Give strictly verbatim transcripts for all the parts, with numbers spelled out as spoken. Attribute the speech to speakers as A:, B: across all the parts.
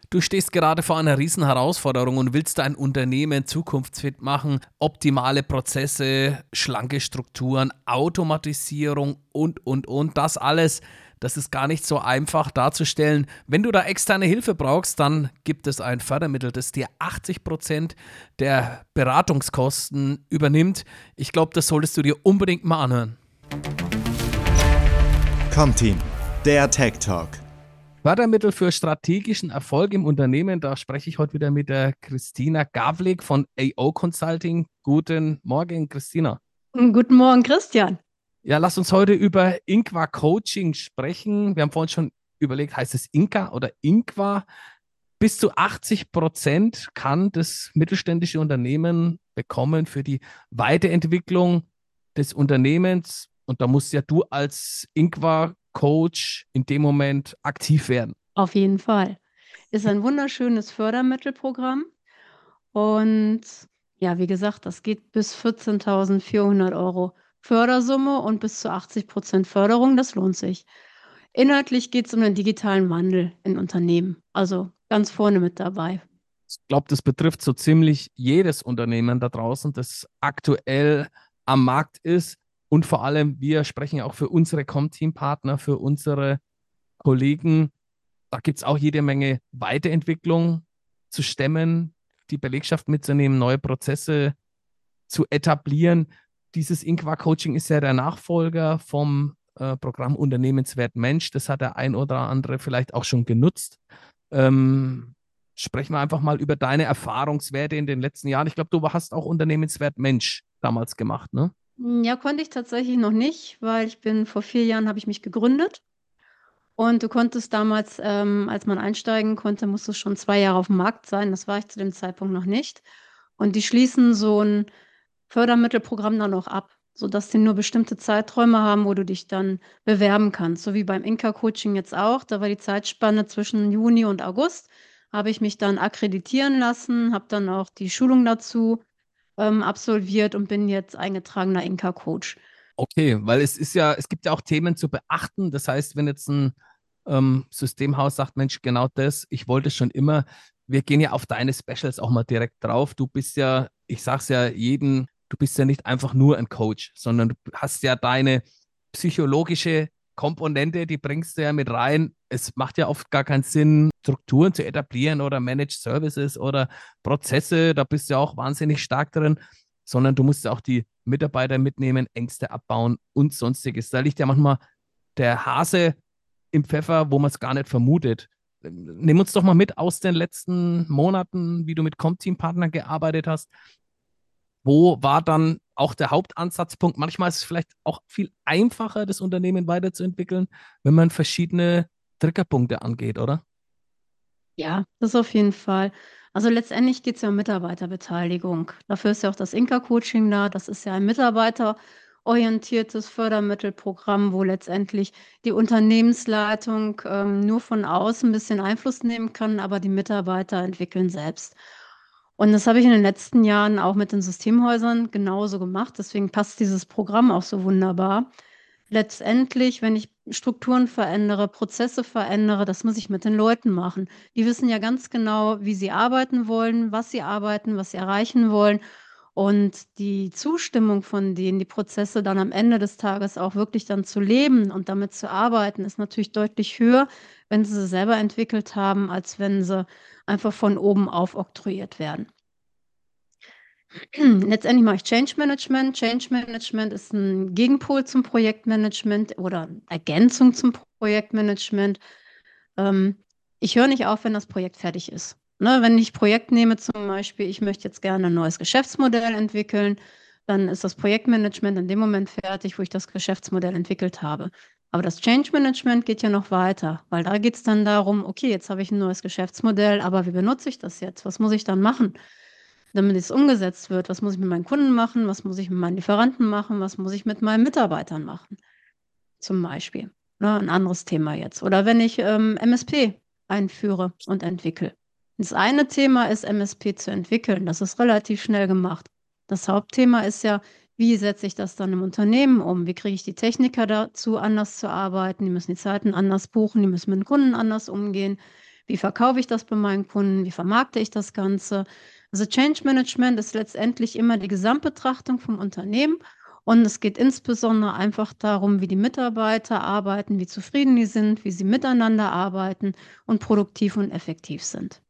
A: Du stehst gerade vor einer riesen Herausforderung und willst dein Unternehmen zukunftsfit machen. Optimale Prozesse, schlanke Strukturen, Automatisierung und, und, und. Das alles, das ist gar nicht so einfach darzustellen. Wenn du da externe Hilfe brauchst, dann gibt es ein Fördermittel, das dir achtzig Prozent der Beratungskosten übernimmt. Ich glaube, das solltest du dir unbedingt mal anhören.
B: Comteam, der Tech Talk.
A: Fördermittel für strategischen Erfolg im Unternehmen, da spreche ich heute wieder mit der Christina Gavlik von A O Consulting. Guten Morgen, Christina.
C: Guten Morgen, Christian.
A: Ja, lass uns heute über Inqua Coaching sprechen. Wir haben vorhin schon überlegt, heißt es Inca oder Inqua? Bis zu achtzig Prozent kann das mittelständische Unternehmen bekommen für die Weiterentwicklung des Unternehmens. Und da musst ja du als Inqua Coach in dem Moment aktiv werden.
C: Auf jeden Fall. Ist ein wunderschönes Fördermittelprogramm. Und ja, wie gesagt, das geht bis vierzehntausendvierhundert Euro Fördersumme und bis zu achtzig Prozent Förderung. Das lohnt sich. Inhaltlich geht es um den digitalen Wandel in Unternehmen. Also ganz vorne mit dabei.
A: Ich glaube, das betrifft so ziemlich jedes Unternehmen da draußen, das aktuell am Markt ist. Und vor allem, wir sprechen ja auch für unsere Comteam-Partner, für unsere Kollegen. Da gibt es auch jede Menge Weiterentwicklung zu stemmen, die Belegschaft mitzunehmen, neue Prozesse zu etablieren. Dieses Inqua Coaching ist ja der Nachfolger vom äh, Programm Unternehmenswert Mensch. Das hat der ein oder andere vielleicht auch schon genutzt. Ähm, sprechen wir einfach mal über deine Erfahrungswerte in den letzten Jahren. Ich glaube, du hast auch Unternehmenswert Mensch damals gemacht, ne?
C: Ja, konnte ich tatsächlich noch nicht, weil ich bin vor vier Jahren habe ich mich gegründet. Und du konntest damals, ähm, als man einsteigen konnte, musste es schon zwei Jahre auf dem Markt sein. Das war ich zu dem Zeitpunkt noch nicht. Und die schließen so ein Fördermittelprogramm dann auch ab, sodass die nur bestimmte Zeiträume haben, wo du dich dann bewerben kannst. So wie beim Inka-Coaching jetzt auch. Da war die Zeitspanne zwischen Juni und August. Habe ich mich dann akkreditieren lassen, habe dann auch die Schulung dazu ähm, absolviert und bin jetzt eingetragener Inka-Coach.
A: Okay, weil es ist ja, es gibt ja auch Themen zu beachten. Das heißt, wenn jetzt ein ähm, Systemhaus sagt, Mensch, genau das, ich wollte es schon immer, wir gehen ja auf deine Specials auch mal direkt drauf. Du bist ja, ich sag's ja jedem, du bist ja nicht einfach nur ein Coach, sondern du hast ja deine psychologische Komponente, die bringst du ja mit rein. Es macht ja oft gar keinen Sinn, Strukturen zu etablieren oder Managed Services oder Prozesse, da bist du ja auch wahnsinnig stark drin, sondern du musst ja auch die Mitarbeiter mitnehmen, Ängste abbauen und sonstiges. Da liegt ja manchmal der Hase im Pfeffer, wo man es gar nicht vermutet. Nimm uns doch mal mit aus den letzten Monaten, wie du mit Comteam-Partnern gearbeitet hast. Wo war dann auch der Hauptansatzpunkt? Manchmal ist es vielleicht auch viel einfacher, das Unternehmen weiterzuentwickeln, wenn man verschiedene Triggerpunkte angeht, oder?
C: Ja, das auf jeden Fall. Also letztendlich geht es ja um Mitarbeiterbeteiligung. Dafür ist ja auch das Inka-Coaching da. Das ist ja ein mitarbeiterorientiertes Fördermittelprogramm, wo letztendlich die Unternehmensleitung ähm, nur von außen ein bisschen Einfluss nehmen kann, aber die Mitarbeiter entwickeln selbst. Und das habe ich in den letzten Jahren auch mit den Systemhäusern genauso gemacht. Deswegen passt dieses Programm auch so wunderbar. Letztendlich, wenn ich Strukturen verändere, Prozesse verändere, das muss ich mit den Leuten machen. Die wissen ja ganz genau, wie sie arbeiten wollen, was sie arbeiten, was sie erreichen wollen. Und die Zustimmung von denen, die Prozesse dann am Ende des Tages auch wirklich dann zu leben und damit zu arbeiten, ist natürlich deutlich höher, wenn sie sie selber entwickelt haben, als wenn sie einfach von oben auf oktroyiert werden. Letztendlich mache ich Change Management. Change Management ist ein Gegenpol zum Projektmanagement oder Ergänzung zum Projektmanagement. Ähm, ich höre nicht auf, wenn das Projekt fertig ist. Ne, wenn ich Projekt nehme, zum Beispiel, ich möchte jetzt gerne ein neues Geschäftsmodell entwickeln, dann ist das Projektmanagement in dem Moment fertig, wo ich das Geschäftsmodell entwickelt habe. Aber das Change Management geht ja noch weiter, weil da geht es dann darum, okay, jetzt habe ich ein neues Geschäftsmodell, aber wie benutze ich das jetzt? Was muss ich dann machen, damit es umgesetzt wird? Was muss ich mit meinen Kunden machen? Was muss ich mit meinen Lieferanten machen? Was muss ich mit meinen Mitarbeitern machen? Zum Beispiel. Ne, ein anderes Thema jetzt. Oder wenn ich ähm, M S P einführe und entwickle. Das eine Thema ist, M S P zu entwickeln. Das ist relativ schnell gemacht. Das Hauptthema ist ja, wie setze ich das dann im Unternehmen um? Wie kriege ich die Techniker dazu, anders zu arbeiten? Die müssen die Zeiten anders buchen, die müssen mit den Kunden anders umgehen. Wie verkaufe ich das bei meinen Kunden? Wie vermarkte ich das Ganze? Also Change Management ist letztendlich immer die Gesamtbetrachtung vom Unternehmen und es geht insbesondere einfach darum, wie die Mitarbeiter arbeiten, wie zufrieden die sind, wie sie miteinander arbeiten und produktiv und effektiv sind.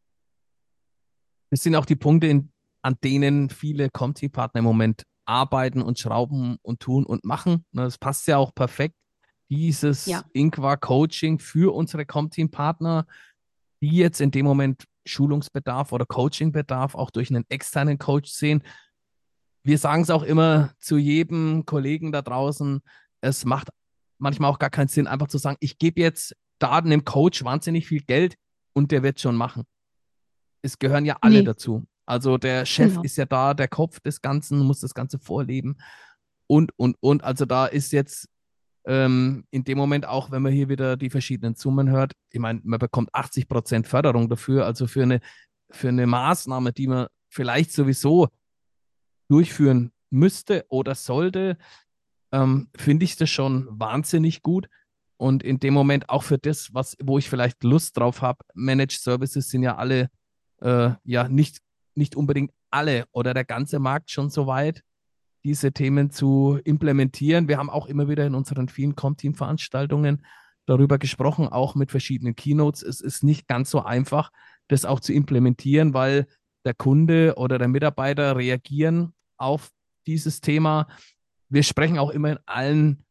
A: Das sind auch die Punkte, in, an denen viele Comteam-Partner im Moment arbeiten und schrauben und tun und machen. Ne, das passt ja auch perfekt, dieses
C: Ja,
A: Inqua-Coaching für unsere Comteam-Partner, die jetzt in dem Moment Schulungsbedarf oder Coachingbedarf auch durch einen externen Coach sehen. Wir sagen es auch immer zu jedem Kollegen da draußen, es macht manchmal auch gar keinen Sinn, einfach zu sagen, ich gebe jetzt da einem Coach wahnsinnig viel Geld und der wird schon machen. Es gehören ja alle
C: nee,
A: dazu. Also der Chef
C: genau.
A: ist ja da, der Kopf des Ganzen, muss das Ganze vorleben und, und, und. Also da ist jetzt ähm, in dem Moment auch, wenn man hier wieder die verschiedenen Summen hört, ich meine, man bekommt achtzig Prozent Förderung dafür, also für eine, für eine Maßnahme, die man vielleicht sowieso durchführen müsste oder sollte, ähm, finde ich das schon wahnsinnig gut. Und in dem Moment auch für das, was, wo ich vielleicht Lust drauf habe, Managed Services sind ja alle, äh, ja, nicht, nicht unbedingt alle oder der ganze Markt schon so weit, diese Themen zu implementieren. Wir haben auch immer wieder in unseren vielen Com-Team-Veranstaltungen darüber gesprochen, auch mit verschiedenen Keynotes. Es ist nicht ganz so einfach, das auch zu implementieren, weil der Kunde oder der Mitarbeiter reagieren auf dieses Thema. Wir sprechen auch immer in allen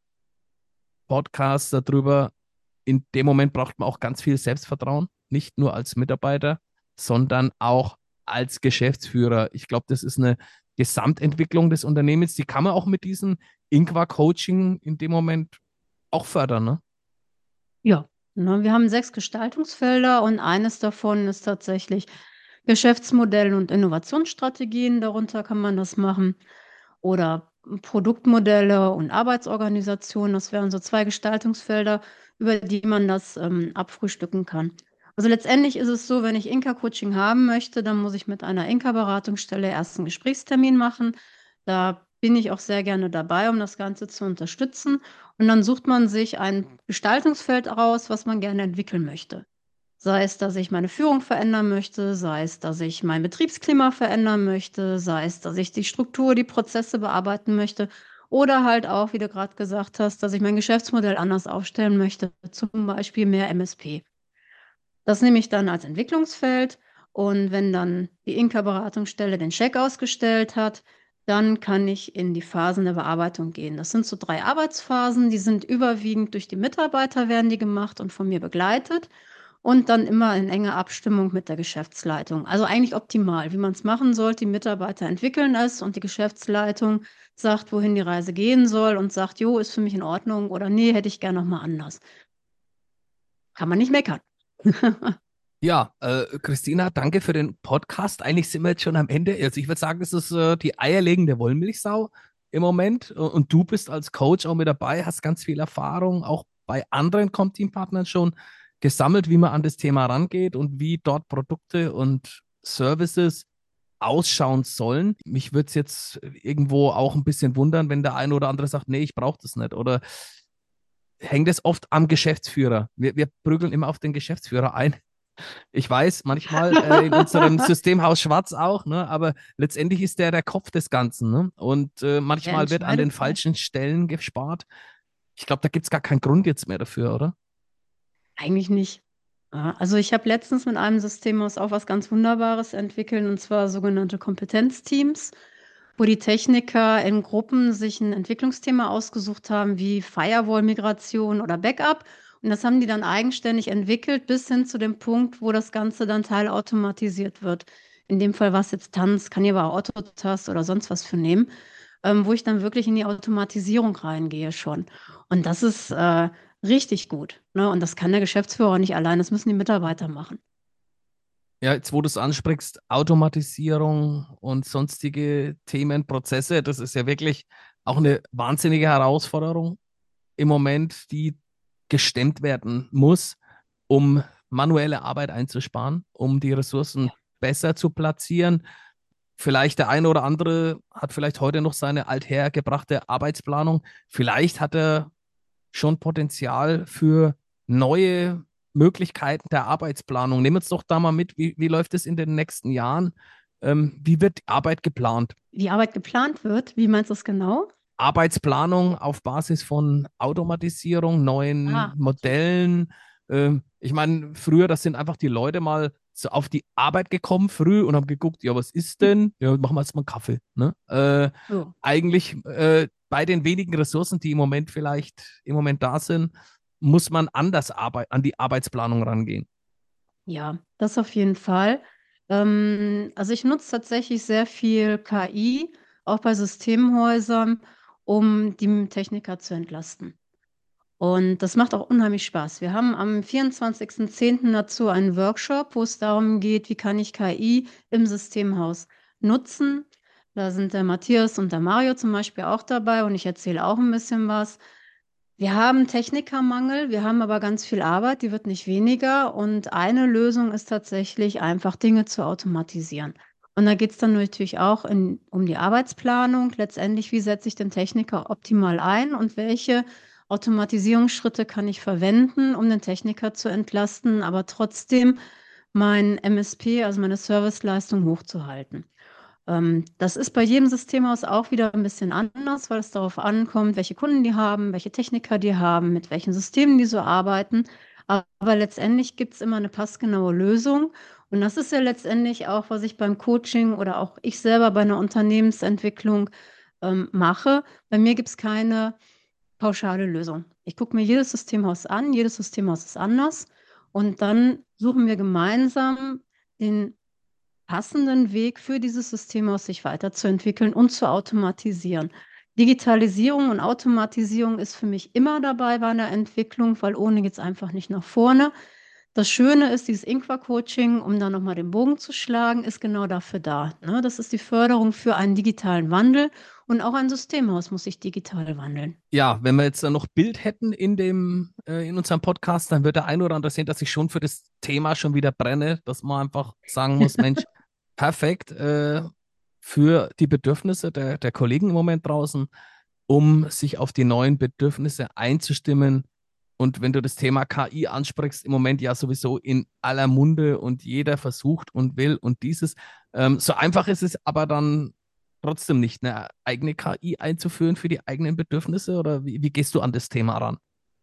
A: Podcasts darüber. In dem Moment braucht man auch ganz viel Selbstvertrauen, nicht nur als Mitarbeiter, sondern auch als Geschäftsführer. Ich glaube, das ist eine Gesamtentwicklung des Unternehmens. Die kann man auch mit diesem Inqua-Coaching in dem Moment auch fördern, ne?
C: Ja, ne, wir haben sechs Gestaltungsfelder und eines davon ist tatsächlich Geschäftsmodell und Innovationsstrategien. Darunter kann man das machen. Oder Produktmodelle und Arbeitsorganisation. Das wären so zwei Gestaltungsfelder, über die man das ähm, abfrühstücken kann. Also letztendlich ist es so, wenn ich Inka-Coaching haben möchte, dann muss ich mit einer Inka-Beratungsstelle erst einen Gesprächstermin machen. Da bin ich auch sehr gerne dabei, um das Ganze zu unterstützen. Und dann sucht man sich ein Gestaltungsfeld aus, was man gerne entwickeln möchte. Sei es, dass ich meine Führung verändern möchte, sei es, dass ich mein Betriebsklima verändern möchte, sei es, dass ich die Struktur, die Prozesse bearbeiten möchte oder halt auch, wie du gerade gesagt hast, dass ich mein Geschäftsmodell anders aufstellen möchte, zum Beispiel mehr M S P. Das nehme ich dann als Entwicklungsfeld und wenn dann die Inka-Beratungsstelle den Check ausgestellt hat, dann kann ich in die Phasen der Bearbeitung gehen. Das sind so drei Arbeitsphasen, die sind überwiegend durch die Mitarbeiter werden die gemacht und von mir begleitet und dann immer in enger Abstimmung mit der Geschäftsleitung. Also eigentlich optimal, wie man es machen sollte. Die Mitarbeiter entwickeln es und die Geschäftsleitung sagt, wohin die Reise gehen soll und sagt, jo, ist für mich in Ordnung oder nee, hätte ich gerne noch mal anders. Kann man nicht meckern.
A: Ja, äh, Christina, danke für den Podcast. Eigentlich sind wir jetzt schon am Ende. Also ich würde sagen, es ist äh, die eierlegende Wollmilchsau im Moment. Und du bist als Coach auch mit dabei, hast ganz viel Erfahrung, auch bei anderen Com-Team-Partnern schon gesammelt, wie man an das Thema rangeht und wie dort Produkte und Services ausschauen sollen. Mich würde es jetzt irgendwo auch ein bisschen wundern, wenn der eine oder andere sagt, nee, ich brauche das nicht. Oder hängt es oft am Geschäftsführer? Wir, wir prügeln immer auf den Geschäftsführer ein. Ich weiß, manchmal äh, in unserem Systemhaus Schwarz auch, ne? Aber letztendlich ist der der Kopf des Ganzen, ne? Und äh,
C: Der
A: manchmal wird an den
C: entscheidet.
A: falschen Stellen gespart. Ich glaube, da gibt es gar keinen Grund jetzt mehr dafür, oder?
C: Eigentlich nicht. Ja, also ich habe letztens mit einem Systemhaus auch was ganz Wunderbares entwickelt, und zwar sogenannte Kompetenzteams, wo die Techniker in Gruppen sich ein Entwicklungsthema ausgesucht haben, wie Firewall-Migration oder Backup. Und das haben die dann eigenständig entwickelt, bis hin zu dem Punkt, wo das Ganze dann teilautomatisiert wird. In dem Fall war es jetzt Tanz, kann ich aber auch Autotask oder sonst was für nehmen, ähm, wo ich dann wirklich in die Automatisierung reingehe schon. Und das ist äh, richtig gut. Ne? Und das kann der Geschäftsführer nicht allein, das müssen die Mitarbeiter machen.
A: Ja, jetzt wo du es ansprichst, Automatisierung und sonstige Themen, Prozesse, das ist ja wirklich auch eine wahnsinnige Herausforderung im Moment, die gestemmt werden muss, um manuelle Arbeit einzusparen, um die Ressourcen besser zu platzieren. Vielleicht der eine oder andere hat vielleicht heute noch seine althergebrachte Arbeitsplanung. Vielleicht hat er schon Potenzial für neue Möglichkeiten der Arbeitsplanung. Nehmen wir uns doch da mal mit, wie, wie läuft es in den nächsten Jahren? Ähm, wie wird die Arbeit geplant?
C: Wie Arbeit geplant wird, wie meinst du das genau?
A: Arbeitsplanung auf Basis von Automatisierung, neuen
C: Ah, okay.
A: Modellen. Ähm, ich meine, früher, das sind einfach die Leute mal so auf die Arbeit gekommen früh und haben geguckt, ja, was ist denn? Ja, machen wir jetzt mal einen Kaffee. Ne? Äh,
C: So.
A: eigentlich äh, bei den wenigen Ressourcen, die im Moment vielleicht im Moment da sind, muss man anders arbeit an die Arbeitsplanung rangehen.
C: Ja, das auf jeden Fall. Ähm, also ich nutze tatsächlich sehr viel K I, auch bei Systemhäusern, um die Techniker zu entlasten. Und das macht auch unheimlich Spaß. Wir haben am vierundzwanzigsten zehnten dazu einen Workshop, wo es darum geht, wie kann ich K I im Systemhaus nutzen. Da sind der Matthias und der Mario zum Beispiel auch dabei und ich erzähle auch ein bisschen was. Wir haben Technikermangel, wir haben aber ganz viel Arbeit, die wird nicht weniger. Und eine Lösung ist tatsächlich einfach Dinge zu automatisieren. Und da geht es dann natürlich auch in, um die Arbeitsplanung. Letztendlich, wie setze ich den Techniker optimal ein und welche Automatisierungsschritte kann ich verwenden, um den Techniker zu entlasten, aber trotzdem mein M S P, also meine Serviceleistung, hochzuhalten. Ähm, das ist bei jedem Systemhaus auch wieder ein bisschen anders, weil es darauf ankommt, welche Kunden die haben, welche Techniker die haben, mit welchen Systemen die so arbeiten. Aber letztendlich gibt es immer eine passgenaue Lösung. Und das ist ja letztendlich auch, was ich beim Coaching oder auch ich selber bei einer Unternehmensentwicklung ähm, mache. Bei mir gibt es keine pauschale Lösung. Ich gucke mir jedes Systemhaus an, jedes Systemhaus ist anders. Und dann suchen wir gemeinsam den passenden Weg für dieses System aus, sich weiterzuentwickeln und zu automatisieren. Digitalisierung und Automatisierung ist für mich immer dabei bei einer Entwicklung, weil ohne geht es einfach nicht nach vorne. Das Schöne ist, dieses Inqua-Coaching, um da nochmal den Bogen zu schlagen, ist genau dafür da. Ne? Das ist die Förderung für einen digitalen Wandel und auch ein Systemhaus muss sich digital wandeln.
A: Ja, wenn wir jetzt dann noch Bild hätten in dem, äh, in unserem Podcast, dann wird der ein oder andere sehen, dass ich schon für das Thema schon wieder brenne, dass man einfach sagen muss, Mensch, perfekt, äh, für die Bedürfnisse der, der Kollegen im Moment draußen, um sich auf die neuen Bedürfnisse einzustimmen. Und wenn du das Thema K I ansprichst, im Moment ja sowieso in aller Munde und jeder versucht und will und dieses. Ähm, so einfach ist es aber dann trotzdem nicht, eine eigene K I einzuführen für die eigenen Bedürfnisse? Oder wie, wie gehst du an das Thema ran?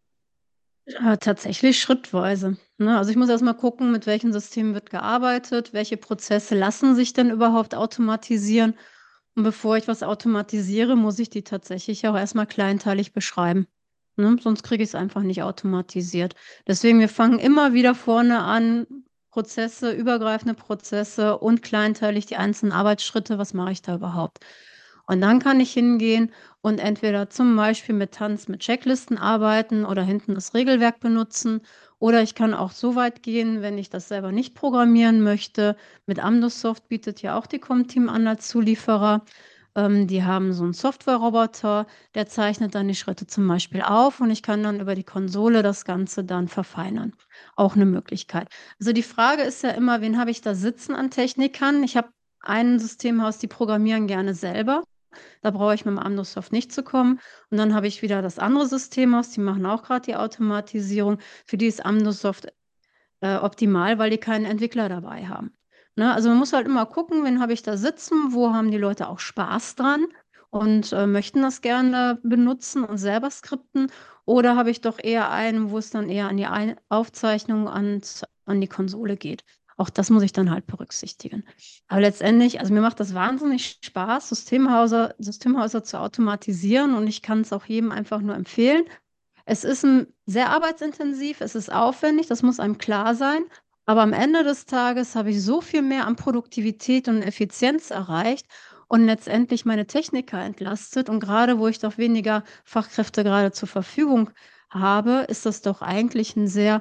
C: Ja, tatsächlich schrittweise. Ne? Also ich muss erst mal gucken, mit welchen Systemen wird gearbeitet, welche Prozesse lassen sich denn überhaupt automatisieren. Und bevor ich was automatisiere, muss ich die tatsächlich auch erstmal kleinteilig beschreiben. Ne? Sonst kriege ich es einfach nicht automatisiert. Deswegen, wir fangen immer wieder vorne an, Prozesse, übergreifende Prozesse und kleinteilig die einzelnen Arbeitsschritte, was mache ich da überhaupt? Und dann kann ich hingehen und entweder zum Beispiel mit Tanz mit Checklisten arbeiten oder hinten das Regelwerk benutzen. Oder ich kann auch so weit gehen, wenn ich das selber nicht programmieren möchte. Mit Amdosoft bietet ja auch die Comteam an als Zulieferer. Ähm, die haben so einen Software-Roboter, der zeichnet dann die Schritte zum Beispiel auf und ich kann dann über die Konsole das Ganze dann verfeinern. Auch eine Möglichkeit. Also die Frage ist ja immer, wen habe ich da sitzen an Technikern? Ich habe ein Systemhaus, die programmieren gerne selber. Da brauche ich mit dem Amdosoft nicht zu kommen. Und dann habe ich wieder das andere System aus, die machen auch gerade die Automatisierung. Für die ist Amdosoft äh, optimal, weil die keinen Entwickler dabei haben. Ne? Also man muss halt immer gucken, wen habe ich da sitzen, wo haben die Leute auch Spaß dran und äh, möchten das gerne benutzen und selber skripten. Oder habe ich doch eher einen, wo es dann eher an die Ein Aufzeichnung an, an die Konsole geht. Auch das muss ich dann halt berücksichtigen. Aber letztendlich, also mir macht das wahnsinnig Spaß, Systemhäuser, Systemhäuser zu automatisieren und ich kann es auch jedem einfach nur empfehlen. Es ist ein, sehr arbeitsintensiv, es ist aufwendig, das muss einem klar sein. Aber am Ende des Tages habe ich so viel mehr an Produktivität und Effizienz erreicht und letztendlich meine Techniker entlastet. Und gerade wo ich doch weniger Fachkräfte gerade zur Verfügung habe, ist das doch eigentlich ein sehr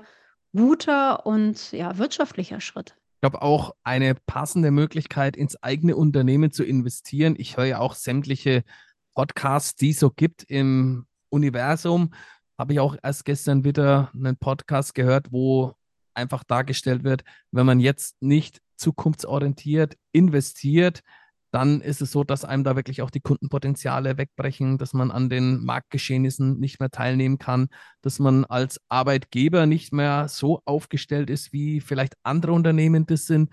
C: guter und ja, wirtschaftlicher Schritt.
A: Ich glaube auch eine passende Möglichkeit, ins eigene Unternehmen zu investieren. Ich höre ja auch sämtliche Podcasts, die es so gibt im Universum. Habe ich auch erst gestern wieder einen Podcast gehört, wo einfach dargestellt wird, wenn man jetzt nicht zukunftsorientiert investiert, dann ist es so, dass einem da wirklich auch die Kundenpotenziale wegbrechen, dass man an den Marktgeschehnissen nicht mehr teilnehmen kann, dass man als Arbeitgeber nicht mehr so aufgestellt ist, wie vielleicht andere Unternehmen das sind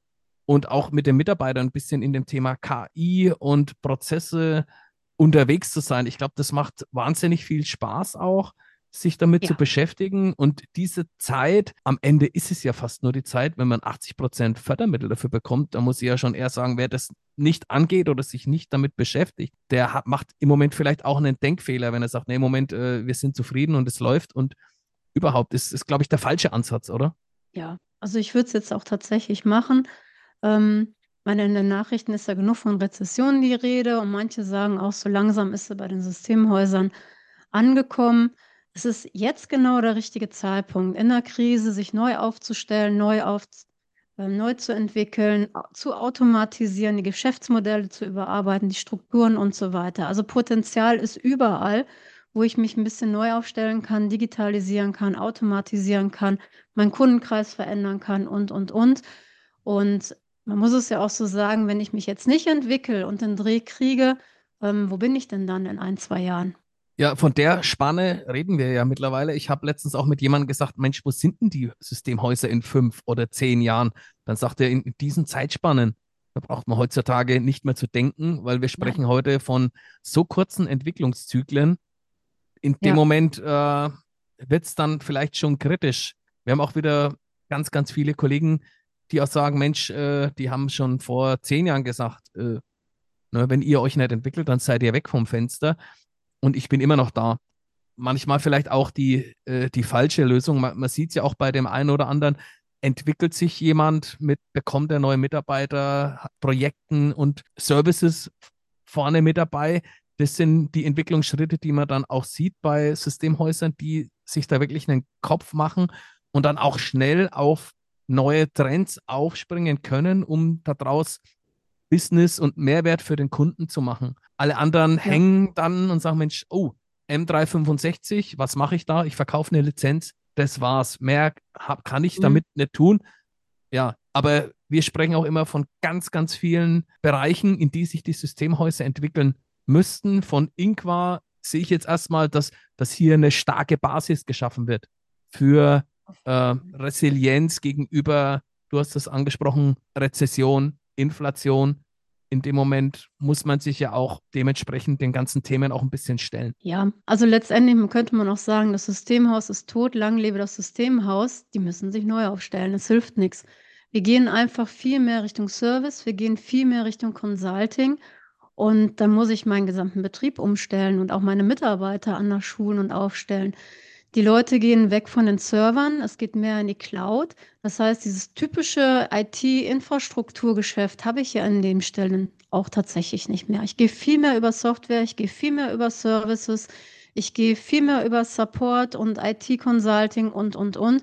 A: und auch mit den Mitarbeitern ein bisschen in dem Thema K I und Prozesse unterwegs zu sein. Ich glaube, das macht wahnsinnig viel Spaß auch, sich damit zu
C: Ja.
A: beschäftigen. Und diese Zeit, am Ende ist es ja fast nur die Zeit, wenn man achtzig Prozent Fördermittel dafür bekommt, da muss ich ja schon eher sagen, wer das nicht angeht oder sich nicht damit beschäftigt, der hat, macht im Moment vielleicht auch einen Denkfehler, wenn er sagt, nee, im Moment, äh, wir sind zufrieden und es läuft. Und überhaupt ist, ist glaube ich, der falsche Ansatz, oder?
C: Ja, also ich würde es jetzt auch tatsächlich machen. Ähm, meine, in den Nachrichten ist ja genug von Rezessionen die Rede und manche sagen auch, so langsam ist sie bei den Systemhäusern angekommen. Es ist jetzt genau der richtige Zeitpunkt, in der Krise sich neu aufzustellen, neu, auf, äh, neu zu entwickeln, au- zu automatisieren, die Geschäftsmodelle zu überarbeiten, die Strukturen und so weiter. Also Potenzial ist überall, wo ich mich ein bisschen neu aufstellen kann, digitalisieren kann, automatisieren kann, meinen Kundenkreis verändern kann und, und, und. Und man muss es ja auch so sagen, wenn ich mich jetzt nicht entwickle und den Dreh kriege, ähm, wo bin ich denn dann in ein, zwei Jahren?
A: Ja, von der Spanne reden wir ja mittlerweile. Ich habe letztens auch mit jemandem gesagt, Mensch, wo sind denn die Systemhäuser in fünf oder zehn Jahren? Dann sagt er, in, in diesen Zeitspannen, da braucht man heutzutage nicht mehr zu denken, weil wir
C: Nein.
A: sprechen heute von so kurzen Entwicklungszyklen. In dem
C: Ja,
A: Moment äh, wird es dann vielleicht schon kritisch. Wir haben auch wieder ganz, ganz viele Kollegen, die auch sagen, Mensch, äh, die haben schon vor zehn Jahren gesagt, äh, ne, wenn ihr euch nicht entwickelt, dann seid ihr weg vom Fenster. Und ich bin immer noch da. Manchmal vielleicht auch die, äh, die falsche Lösung. Man, man sieht es ja auch bei dem einen oder anderen, entwickelt sich jemand mit, bekommt er neue Mitarbeiter, hat Projekten und Services vorne mit dabei. Das sind die Entwicklungsschritte, die man dann auch sieht bei Systemhäusern, die sich da wirklich einen Kopf machen und dann auch schnell auf neue Trends aufspringen können, um daraus Business und Mehrwert für den Kunden zu machen. Alle anderen
C: ja.
A: hängen dann und sagen, Mensch, oh, M dreihundertfünfundsechzig, was mache ich da? Ich verkaufe eine Lizenz, das war's. Mehr hab, kann ich
C: Mhm.
A: damit nicht tun. Ja, aber wir sprechen auch immer von ganz, ganz vielen Bereichen, in die sich die Systemhäuser entwickeln müssten. Von Inqua sehe ich jetzt erstmal, dass, dass hier eine starke Basis geschaffen wird für äh, Resilienz gegenüber, du hast das angesprochen, Rezession, Inflation. In dem Moment muss man sich ja auch dementsprechend den ganzen Themen auch ein bisschen stellen.
C: Ja, also letztendlich könnte man auch sagen, das Systemhaus ist tot, lang lebe das Systemhaus. Die müssen sich neu aufstellen, es hilft nichts. Wir gehen einfach viel mehr Richtung Service, wir gehen viel mehr Richtung Consulting und dann muss ich meinen gesamten Betrieb umstellen und auch meine Mitarbeiter anders schulen und aufstellen. Die Leute gehen weg von den Servern, es geht mehr in die Cloud. Das heißt, dieses typische I T-Infrastrukturgeschäft habe ich ja an den Stellen auch tatsächlich nicht mehr. Ich gehe viel mehr über Software, ich gehe viel mehr über Services, ich gehe viel mehr über Support und I T-Consulting und, und, und.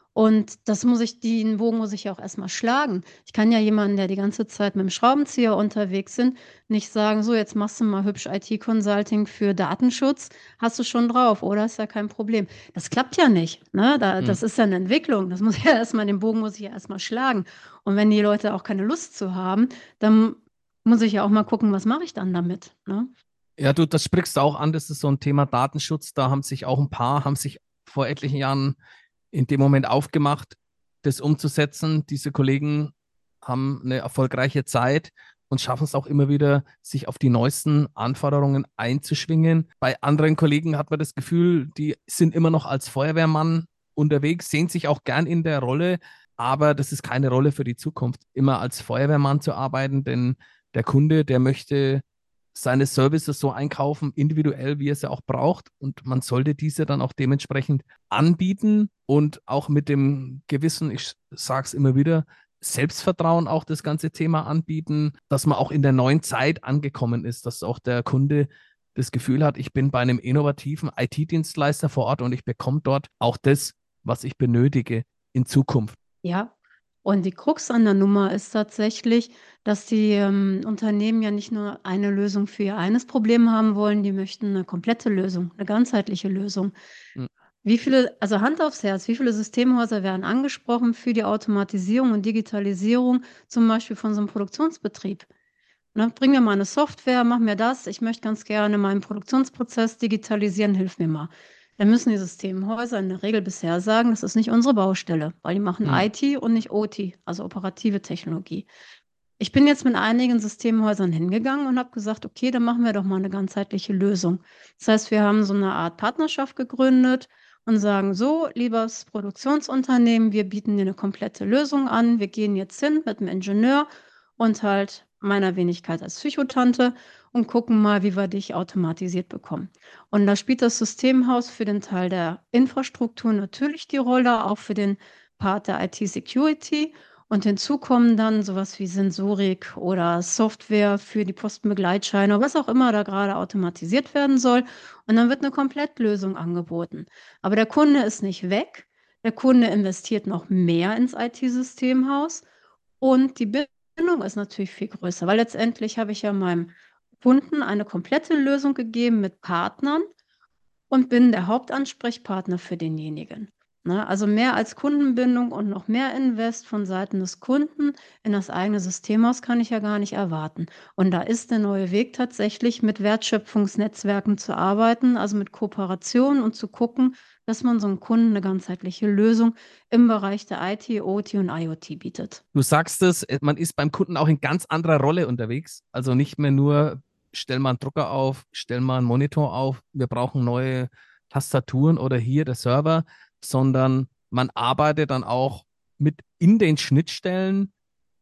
C: Und das muss ich, den Bogen muss ich ja auch erstmal schlagen. Ich kann ja jemanden, der die ganze Zeit mit dem Schraubenzieher unterwegs sind, nicht sagen, so, jetzt machst du mal hübsch I T-Consulting für Datenschutz, hast du schon drauf, oder? Ist ja kein Problem. Das klappt ja nicht, ne? Da,
A: Hm.
C: das ist ja eine Entwicklung. Das muss ja erstmal, den Bogen muss ich ja erstmal schlagen. Und wenn die Leute auch keine Lust zu haben, dann muss ich ja auch mal gucken, was mache ich dann damit, ne?
A: Ja, du, das sprichst du auch an, das ist so ein Thema Datenschutz. Da haben sich auch ein paar, haben sich vor etlichen Jahren in dem Moment aufgemacht, das umzusetzen. Diese Kollegen haben eine erfolgreiche Zeit und schaffen es auch immer wieder, sich auf die neuesten Anforderungen einzuschwingen. Bei anderen Kollegen hat man das Gefühl, die sind immer noch als Feuerwehrmann unterwegs, sehen sich auch gern in der Rolle, aber das ist keine Rolle für die Zukunft, immer als Feuerwehrmann zu arbeiten, denn der Kunde, der möchte seine Services so einkaufen, individuell, wie er sie auch braucht. Und man sollte diese dann auch dementsprechend anbieten und auch mit dem gewissen, ich sage es immer wieder, Selbstvertrauen auch das ganze Thema anbieten, dass man auch in der neuen Zeit angekommen ist, dass auch der Kunde das Gefühl hat, ich bin bei einem innovativen I T-Dienstleister vor Ort und ich bekomme dort auch das, was ich benötige in Zukunft.
C: Ja, und die Krux an der Nummer ist tatsächlich, dass die ähm, Unternehmen ja nicht nur eine Lösung für ihr eines Problem haben wollen, die möchten eine komplette Lösung, eine ganzheitliche Lösung.
A: Hm.
C: Wie viele, also Hand aufs Herz, wie viele Systemhäuser werden angesprochen für die Automatisierung und Digitalisierung, zum Beispiel von so einem Produktionsbetrieb? Ne? Bring mir mal eine Software, mach mir das. Ich möchte ganz gerne meinen Produktionsprozess digitalisieren, hilf mir mal. Dann müssen die Systemhäuser in der Regel bisher sagen, das ist nicht unsere Baustelle, weil die machen
A: Hm.
C: I T und nicht O T, also operative Technologie. Ich bin jetzt mit einigen Systemhäusern hingegangen und habe gesagt, okay, dann machen wir doch mal eine ganzheitliche Lösung. Das heißt, wir haben so eine Art Partnerschaft gegründet und sagen so, liebes Produktionsunternehmen, wir bieten dir eine komplette Lösung an. Wir gehen jetzt hin mit dem Ingenieur und halt meiner Wenigkeit als Psychotante und gucken mal, wie wir dich automatisiert bekommen. Und da spielt das Systemhaus für den Teil der Infrastruktur natürlich die Rolle, auch für den Part der I T-Security. Und hinzu kommen dann sowas wie Sensorik oder Software für die Postenbegleitscheine, was auch immer da gerade automatisiert werden soll. Und dann wird eine Komplettlösung angeboten. Aber der Kunde ist nicht weg. Der Kunde investiert noch mehr ins I T-Systemhaus. Und die Bindung ist natürlich viel größer, weil letztendlich habe ich ja meinem Kunden eine komplette Lösung gegeben mit Partnern und bin der Hauptansprechpartner für denjenigen. Ne? Also mehr als Kundenbindung und noch mehr Invest von Seiten des Kunden in das eigene Systemhaus kann ich ja gar nicht erwarten. Und da ist der neue Weg tatsächlich mit Wertschöpfungsnetzwerken zu arbeiten, also mit Kooperation und zu gucken, dass man so einem Kunden eine ganzheitliche Lösung im Bereich der I T, O T und I O T bietet.
A: Du sagst es, äh, man ist beim Kunden auch in ganz anderer Rolle unterwegs. Also nicht mehr nur, stell mal einen Drucker auf, stell mal einen Monitor auf, wir brauchen neue Tastaturen oder hier der Server, sondern man arbeitet dann auch mit in den Schnittstellen,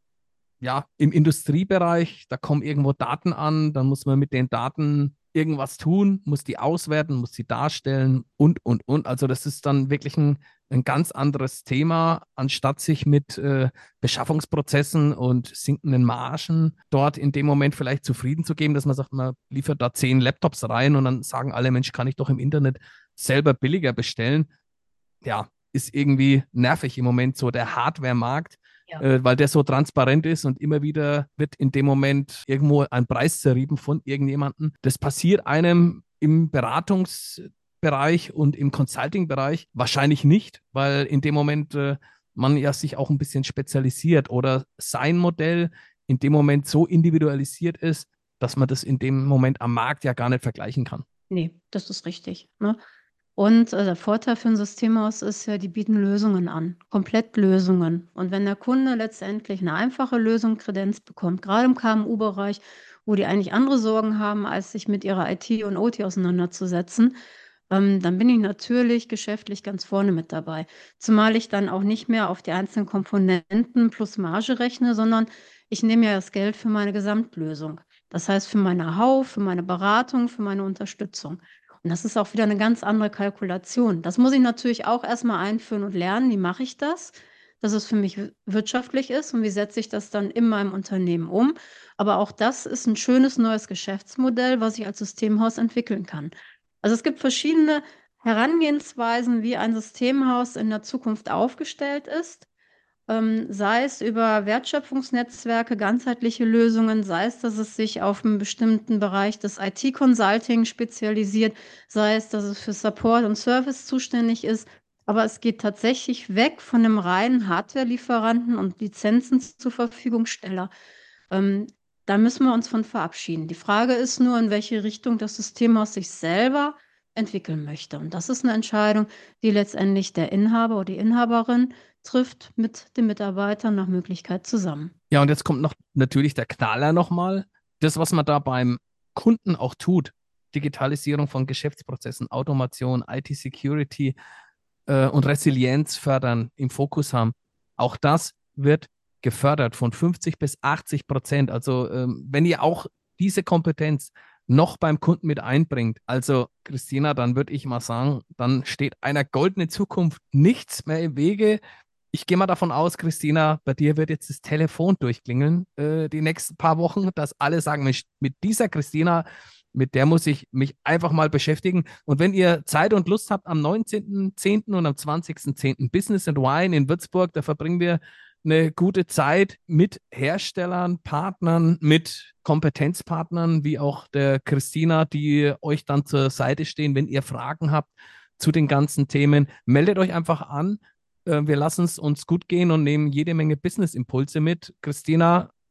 A: ja, im Industriebereich, da kommen irgendwo Daten an, dann muss man mit den Daten irgendwas tun, muss die auswerten, muss sie darstellen und, und, und. Also das ist dann wirklich ein, ein ganz anderes Thema, anstatt sich mit äh, Beschaffungsprozessen und sinkenden Margen dort in dem Moment vielleicht zufrieden zu geben, dass man sagt, man liefert da zehn Laptops rein und dann sagen alle, Mensch, kann ich doch im Internet selber billiger bestellen. Ja, ist irgendwie nervig im Moment so der Hardware-Markt,
C: Ja.
A: äh, weil der so transparent ist und immer wieder wird in dem Moment irgendwo ein Preis zerrieben von irgendjemandem. Das passiert einem im Beratungsbereich und im Consulting-Bereich wahrscheinlich nicht, weil in dem Moment äh, man ja sich auch ein bisschen spezialisiert oder sein Modell in dem Moment so individualisiert ist, dass man das in dem Moment am Markt ja gar nicht vergleichen kann.
C: Nee, das ist richtig. Ne? Und äh, der Vorteil für ein Systemhaus ist ja, die bieten Lösungen an, Komplettlösungen. Und wenn der Kunde letztendlich eine einfache Lösung Kredenz bekommt, gerade im K M U-Bereich, wo die eigentlich andere Sorgen haben, als sich mit ihrer I T und O T auseinanderzusetzen, ähm, dann bin ich natürlich geschäftlich ganz vorne mit dabei. Zumal ich dann auch nicht mehr auf die einzelnen Komponenten plus Marge rechne, sondern ich nehme ja das Geld für meine Gesamtlösung. Das heißt für mein Know-how, für meine Beratung, für meine Unterstützung. Und das ist auch wieder eine ganz andere Kalkulation. Das muss ich natürlich auch erstmal einführen und lernen. Wie mache ich das, dass es für mich wirtschaftlich ist und wie setze ich das dann in meinem Unternehmen um? Aber auch das ist ein schönes neues Geschäftsmodell, was ich als Systemhaus entwickeln kann. Also es gibt verschiedene Herangehensweisen, wie ein Systemhaus in der Zukunft aufgestellt ist. Ähm, sei es über Wertschöpfungsnetzwerke, ganzheitliche Lösungen, sei es, dass es sich auf einen bestimmten Bereich des I T-Consulting spezialisiert, sei es, dass es für Support und Service zuständig ist. Aber es geht tatsächlich weg von einem reinen Hardware-Lieferanten und Lizenzen zur Verfügungsteller. Ähm, Da müssen wir uns von verabschieden. Die Frage ist nur, in welche Richtung das Systemhaus sich selber entwickeln möchte. Und das ist eine Entscheidung, die letztendlich der Inhaber oder die Inhaberin trifft mit den Mitarbeitern nach Möglichkeit zusammen.
A: Ja, und jetzt kommt noch natürlich der Knaller nochmal. Das, was man da beim Kunden auch tut, Digitalisierung von Geschäftsprozessen, Automation, I T-Security äh, und Resilienz fördern, im Fokus haben, auch das wird gefördert von fünfzig bis achtzig Prozent. Also ähm, wenn ihr auch diese Kompetenz noch beim Kunden mit einbringt, also Christina, dann würde ich mal sagen, dann steht einer goldenen Zukunft nichts mehr im Wege. Ich gehe mal davon aus, Christina, bei dir wird jetzt das Telefon durchklingeln, äh, die nächsten paar Wochen, dass alle sagen, Mensch, mit dieser Christina, mit der muss ich mich einfach mal beschäftigen. Und wenn ihr Zeit und Lust habt, am neunzehnten zehnten und am zwanzigsten zehnten Business and Wine in Würzburg, da verbringen wir eine gute Zeit mit Herstellern, Partnern, mit Kompetenzpartnern, wie auch der Christina, die euch dann zur Seite stehen, wenn ihr Fragen habt zu den ganzen Themen. Meldet euch einfach an. Wir lassen es uns gut gehen und nehmen jede Menge Business-Impulse mit. Christina,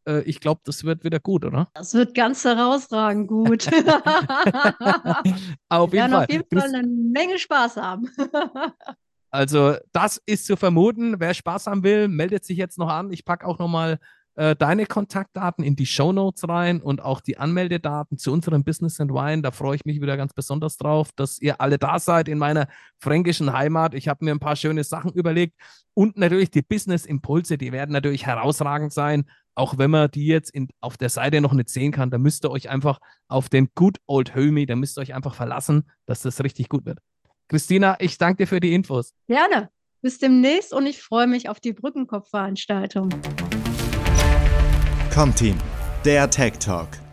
A: äh, ich glaube, das wird wieder gut, oder?
C: Das wird ganz herausragend gut.
A: Auf
C: Wir
A: jeden
C: werden
A: Fall.
C: auf jeden Fall
A: Chris,
C: eine Menge Spaß haben.
A: also das ist zu vermuten. Wer Spaß haben will, meldet sich jetzt noch an. Ich packe auch nochmal äh, deine Kontaktdaten in die Shownotes rein und auch die Anmeldedaten zu unserem Business and Wine. Da freue ich mich wieder ganz besonders drauf, dass ihr alle da seid in meiner fränkischen Heimat. Ich habe mir ein paar schöne Sachen überlegt und natürlich die Business-Impulse, die werden natürlich herausragend sein. Auch wenn man die jetzt in, auf der Seite noch nicht sehen kann, da müsst ihr euch einfach auf den Good Old Homie, da müsst ihr euch einfach verlassen, dass das richtig gut wird. Christina, ich danke dir für die Infos.
C: Gerne. Bis demnächst und ich freue mich auf die Brückenkopfveranstaltung.
B: Comteam, der Tech Talk.